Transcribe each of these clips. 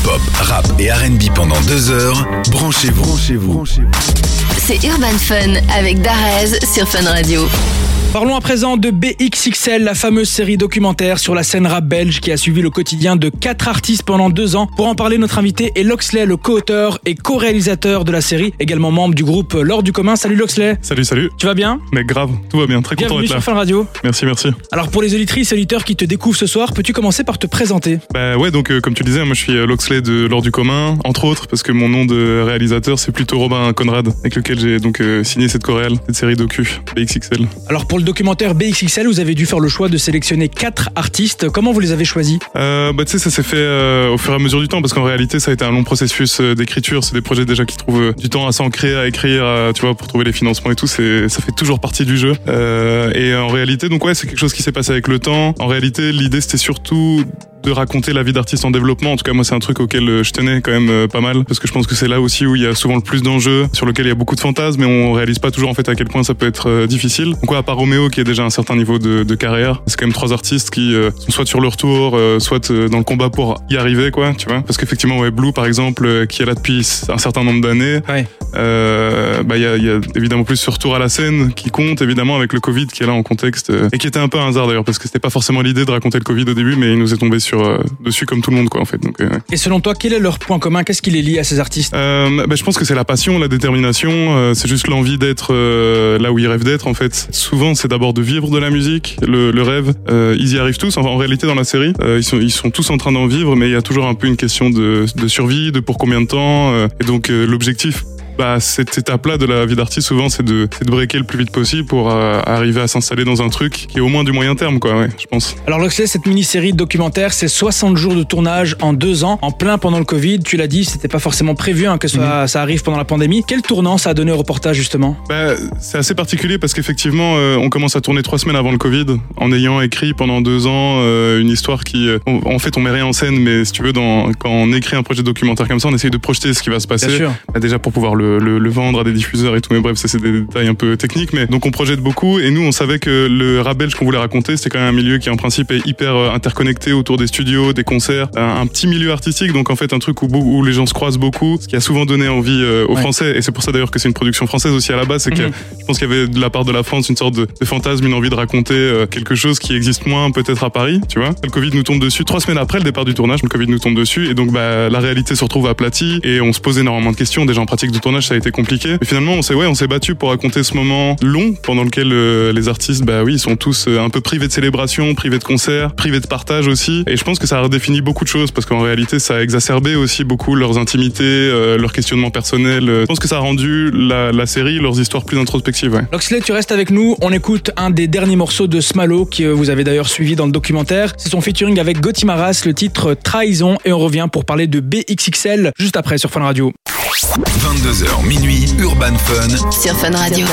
Hip-hop, rap et R&B pendant 2 heures. Branchez-vous. C'est Urban Fun avec Darez sur Fun Radio. Parlons à présent de BXXL, la fameuse série documentaire sur la scène rap belge qui a suivi le quotidien de 4 artistes pendant 2 ans. Pour en parler, notre invité est Loxley, le co-auteur et co-réalisateur de la série, également membre du groupe L'Or du Commun. Salut Loxley. Salut. Tu vas bien? Mais grave, tout va bien, très content Bienvenue d'être là. sur Fun Radio. Merci. Alors pour les auditrices et auditeurs qui te découvrent ce soir, peux-tu commencer par te présenter? Donc comme tu le disais, moi je suis Loxley de L'Or du Commun, entre autres, parce que mon nom de réalisateur c'est plutôt Robin Conrad, avec lequel j'ai donc signé cette choréale, cette série docu, BXXL. Alors pour le documentaire BXXL, vous avez dû faire le choix de sélectionner 4 artistes. Comment vous les avez choisis? Tu sais, ça s'est fait au fur et à mesure du temps, parce qu'en réalité ça a été un long processus d'écriture. C'est des projets déjà qui trouvent du temps à s'ancrer, à écrire, tu vois, pour trouver les financements et tout. Ça fait toujours partie du jeu. Et en réalité, donc ouais, c'est quelque chose qui s'est passé avec le temps. En réalité, l'idée c'était surtout de raconter la vie d'artiste en développement. En tout cas, moi, c'est un truc auquel je tenais quand même pas mal, parce que je pense que c'est là aussi où il y a souvent le plus d'enjeux, sur lequel il y a beaucoup de fantasmes, mais on réalise pas toujours en fait à quel point ça peut être difficile. Donc ouais, à part Roméo qui a déjà un certain niveau de carrière, c'est quand même 3 artistes qui sont soit sur leur tour, soit dans le combat pour y arriver, quoi, tu vois. Parce qu'effectivement, ouais, Blue par exemple, qui est là depuis un certain nombre d'années, Ouais. il y a évidemment plus ce retour à la scène qui compte, évidemment, avec le Covid qui est là en contexte, et qui était un peu un hasard d'ailleurs, parce que c'était pas forcément l'idée de raconter le Covid au début, mais il nous est tombé dessus comme tout le monde, quoi, en fait. Donc, Et selon toi, quel est leur point commun? Qu'est-ce qui les lie à ces artistes? je pense que c'est la passion, la détermination, c'est juste l'envie d'être là où ils rêvent d'être, en fait. Souvent, c'est d'abord de vivre de la musique, le rêve. Ils y arrivent tous, en réalité, dans la série. Ils sont tous en train d'en vivre, mais il y a toujours un peu une question de survie, de pour combien de temps. Et donc, l'objectif, cette étape-là de la vie d'artiste, souvent, c'est de breaker le plus vite possible pour arriver à s'installer dans un truc qui est au moins du moyen terme, quoi, ouais, je pense. Alors Loxley, cette mini-série documentaire, c'est 60 jours de tournage en 2 ans, en plein pendant le Covid. Tu l'as dit, c'était pas forcément prévu que ça arrive pendant la pandémie. Quel tournant ça a donné au reportage, justement? C'est assez particulier parce qu'effectivement, on commence à tourner 3 semaines avant le Covid, en ayant écrit pendant 2 ans une histoire qui... en fait, on met rien en scène, mais si tu veux, quand on écrit un projet documentaire comme ça, on essaye de projeter ce qui va se passer. Bien sûr. Déjà pour pouvoir le vendre à des diffuseurs et tout, mais bref, ça c'est des détails un peu techniques, mais donc on projette beaucoup, et nous on savait que le rap belge qu'on voulait raconter, c'était quand même un milieu qui en principe est hyper interconnecté autour des studios, des concerts, un petit milieu artistique, donc en fait un truc où les gens se croisent beaucoup, ce qui a souvent donné envie aux Français, et c'est pour ça d'ailleurs que c'est une production française aussi à la base, c'est que je pense qu'il y avait de la part de la France une sorte de fantasme, une envie de raconter quelque chose qui existe moins peut-être à Paris, tu vois. Le Covid nous tombe dessus 3 semaines après le départ du tournage, le Covid nous tombe dessus, et donc la réalité se retrouve aplatie, et on se pose énormément de questions. Déjà en pratique de tournage, ça a été compliqué. Mais finalement, on s'est battu pour raconter ce moment long pendant lequel les artistes, ils sont tous un peu privés de célébration, privés de concerts, privés de partage aussi. Et je pense que ça a redéfini beaucoup de choses, parce qu'en réalité, ça a exacerbé aussi beaucoup leurs intimités, leurs questionnements personnels. Je pense que ça a rendu la série, leurs histoires plus introspectives. Ouais. Loxley, tu restes avec nous. On écoute un des derniers morceaux de Smalo, que vous avez d'ailleurs suivi dans le documentaire. C'est son featuring avec Gotti Maras, le titre Trahison, et on revient pour parler de BXXL juste après sur Fun Radio. 22h minuit, Urban Fun Sur Fun Radio.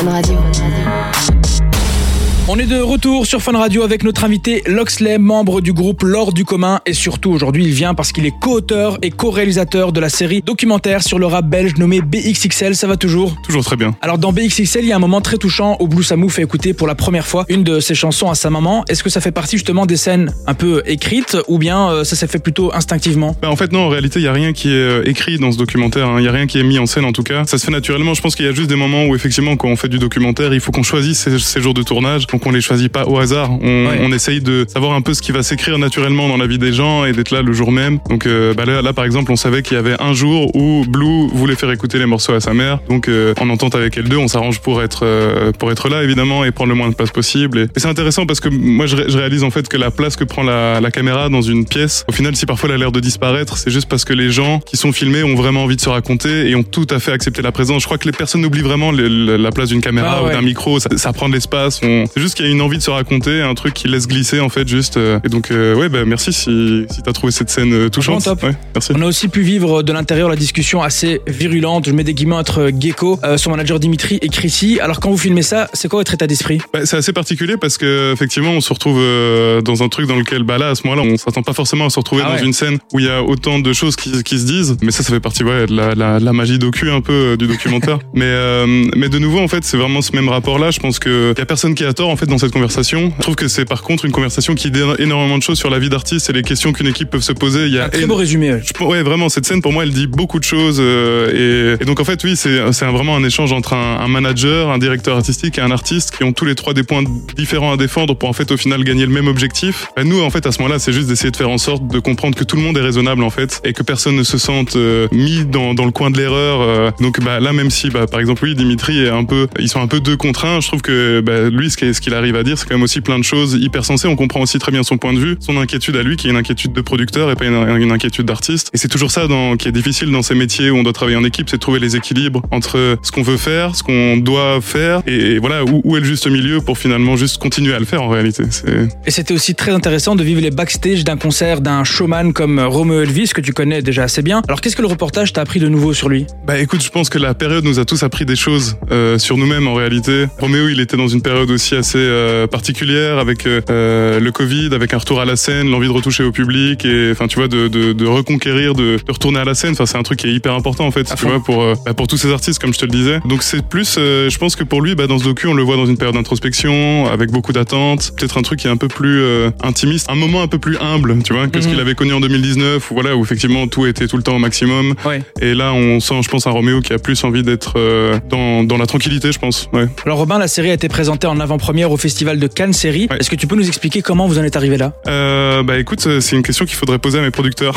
On est de retour sur Fun Radio avec notre invité Loxley, membre du groupe L'Or du Commun, et surtout aujourd'hui il vient parce qu'il est co-auteur et co-réalisateur de la série documentaire sur le rap belge nommée BXXL. Ça va toujours? Toujours très bien. Alors dans BXXL, il y a un moment très touchant où Blue Samou fait écouter pour la première fois une de ses chansons à sa maman. Est-ce que ça fait partie justement des scènes un peu écrites, ou bien ça s'est fait plutôt instinctivement? En fait non, en réalité il y a rien qui est écrit dans ce documentaire, il y a rien qui est mis en scène en tout cas. Ça se fait naturellement. Je pense qu'il y a juste des moments où effectivement quand on fait du documentaire, il faut qu'on choisisse ces jours de tournage. Donc on les choisit pas au hasard. On essaye de savoir un peu ce qui va s'écrire naturellement dans la vie des gens et d'être là le jour même. Donc là par exemple, on savait qu'il y avait un jour où Blue voulait faire écouter les morceaux à sa mère. Donc en entente avec elle deux, on s'arrange pour être là évidemment et prendre le moins de place possible. Et c'est intéressant parce que moi je réalise en fait que la place que prend la caméra dans une pièce, au final si parfois elle a l'air de disparaître, c'est juste parce que les gens qui sont filmés ont vraiment envie de se raconter et ont tout à fait accepté la présence. Je crois que les personnes n'oublient vraiment la place d'une caméra ou d'un micro, ça prend de l'espace. C'est juste qu'il y a une envie de se raconter, un truc qui laisse glisser en fait juste. Et donc merci si t'as trouvé cette scène touchante. Top. Ouais, merci. On a aussi pu vivre de l'intérieur la discussion assez virulente, je mets des guillemets entre Gecko, son manager Dimitri et Chrissy. Alors quand vous filmez ça, c'est quoi votre état d'esprit? C'est assez particulier parce que effectivement on se retrouve dans un truc dans lequel à ce moment-là on s'attend pas forcément à se retrouver dans une scène où il y a autant de choses qui se disent, mais ça fait partie de la magie docu un peu du documentaire. mais de nouveau en fait c'est vraiment ce même rapport là. Je pense que y a personne qui a tort j'adore en fait dans cette conversation, je trouve que c'est par contre une conversation qui dit énormément de choses sur la vie d'artiste et les questions qu'une équipe peut se poser. Il y a un très beau résumé. Ouais, vraiment, cette scène pour moi elle dit beaucoup de choses et donc en fait oui, c'est vraiment un échange entre un manager, un directeur artistique et un artiste qui ont tous les trois des points différents à défendre pour en fait au final gagner le même objectif. Nous en fait à ce moment-là c'est juste d'essayer de faire en sorte de comprendre que tout le monde est raisonnable en fait et que personne ne se sente mis dans le coin de l'erreur. Donc là même si par exemple oui Dimitri est ils sont un peu deux contre un, je trouve que lui ce qu'il arrive à dire c'est quand même aussi plein de choses hyper sensées. On comprend aussi très bien son point de vue, son inquiétude à lui qui est une inquiétude de producteur et pas une inquiétude d'artiste. Et c'est toujours ça qui est difficile dans ces métiers où on doit travailler en équipe, c'est de trouver les équilibres entre ce qu'on veut faire, ce qu'on doit faire et voilà où est le juste milieu pour finalement juste continuer à le faire en réalité. Et c'était aussi très intéressant de vivre les backstage d'un concert d'un showman comme Romeo Elvis que tu connais déjà assez bien. Alors qu'est-ce que le reportage t'a appris de nouveau sur lui ? Écoute, je pense que la période nous a tous appris des choses sur nous-mêmes en réalité. Roméo, il était dans une période aussi assez particulière avec le Covid, avec un retour à la scène, l'envie de retoucher au public et enfin tu vois de reconquérir, de retourner à la scène. Enfin c'est un truc qui est hyper important en fait, tu vois pour tous ces artistes comme je te le disais. Donc c'est plus, je pense que pour lui, dans ce docu, on le voit dans une période d'introspection, avec beaucoup d'attentes, peut-être un truc qui est un peu plus intimiste, un moment un peu plus humble, tu vois, que ce qu'il avait connu en 2019 où effectivement tout était tout le temps au maximum. Ouais. Et là on sent, je pense, un Roméo qui a plus envie d'être dans la tranquillité, je pense. Ouais. Alors Robin, la série a été présentée en avant-première au Festival de Cannes Série. Ouais. Est-ce que tu peux nous expliquer comment vous en êtes arrivé là ? Écoute, c'est une question qu'il faudrait poser à mes producteurs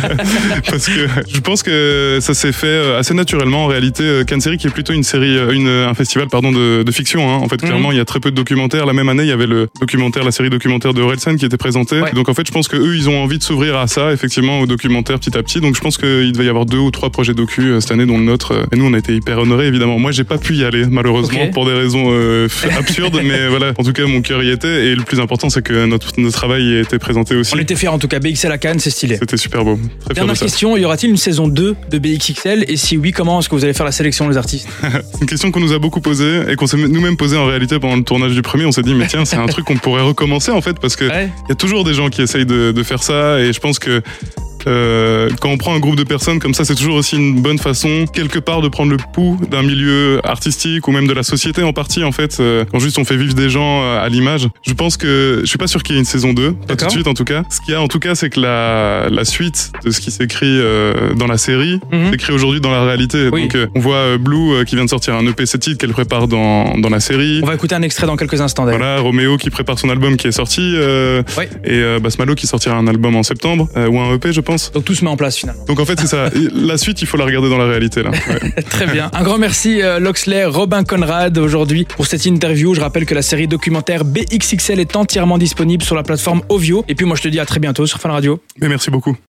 parce que je pense que ça s'est fait assez naturellement en réalité. Cannes Série qui est plutôt un festival de fiction. En fait, clairement, il y a très peu de documentaires. La même année, il y avait la série documentaire de Orelsan qui était présentée. Ouais. Donc en fait, je pense que eux, ils ont envie de s'ouvrir à ça, effectivement, au documentaire petit à petit. Donc je pense qu'il devait y avoir 2 ou 3 projets docu cette année, dont le nôtre. Et nous, on a été hyper honorés, évidemment. Moi, j'ai pas pu y aller, malheureusement, pour des raisons absurdes. Mais voilà, en tout cas, mon cœur y était. Et le plus important, c'est que notre travail y a été présenté aussi. On était fiers, en tout cas. BXL à Cannes, c'est stylé. C'était super beau. Très fier de ça. Dernière question, y aura-t-il une saison 2 de BXXL ? Et si oui, comment est-ce que vous allez faire la sélection des artistes ? C'est une question qu'on nous a beaucoup posée et qu'on s'est nous-mêmes posée en réalité pendant le tournage du premier. On s'est dit, mais tiens, c'est un truc qu'on pourrait recommencer en fait, parce que y a toujours des gens qui essayent de faire ça et je pense que quand on prend un groupe de personnes comme ça, c'est toujours aussi une bonne façon, quelque part, de prendre le pouls d'un milieu artistique ou même de la société en partie, en fait, quand juste on fait vivre des gens à l'image. Je pense que, je suis pas sûr qu'il y ait une saison 2, pas tout de suite en tout cas. Ce qu'il y a en tout cas, c'est que la suite de ce qui s'écrit dans la série s'écrit aujourd'hui dans la réalité. Oui. Donc on voit Blue qui vient de sortir un EP 7 titres qu'elle prépare dans la série. On va écouter un extrait dans quelques instants d'ailleurs. Voilà, Roméo qui prépare son album qui est sorti, et Basmalo qui sortira un album en septembre, ou un EP je pense. Donc tout se met en place finalement. Donc en fait c'est ça, la suite il faut la regarder dans la réalité là. Ouais. Très bien, un grand merci Loxley, Robin Conrad aujourd'hui pour cette interview. Je rappelle que la série documentaire BXXL est entièrement disponible sur la plateforme Ovio. Et puis moi je te dis à très bientôt sur Fun Radio. Mais merci beaucoup.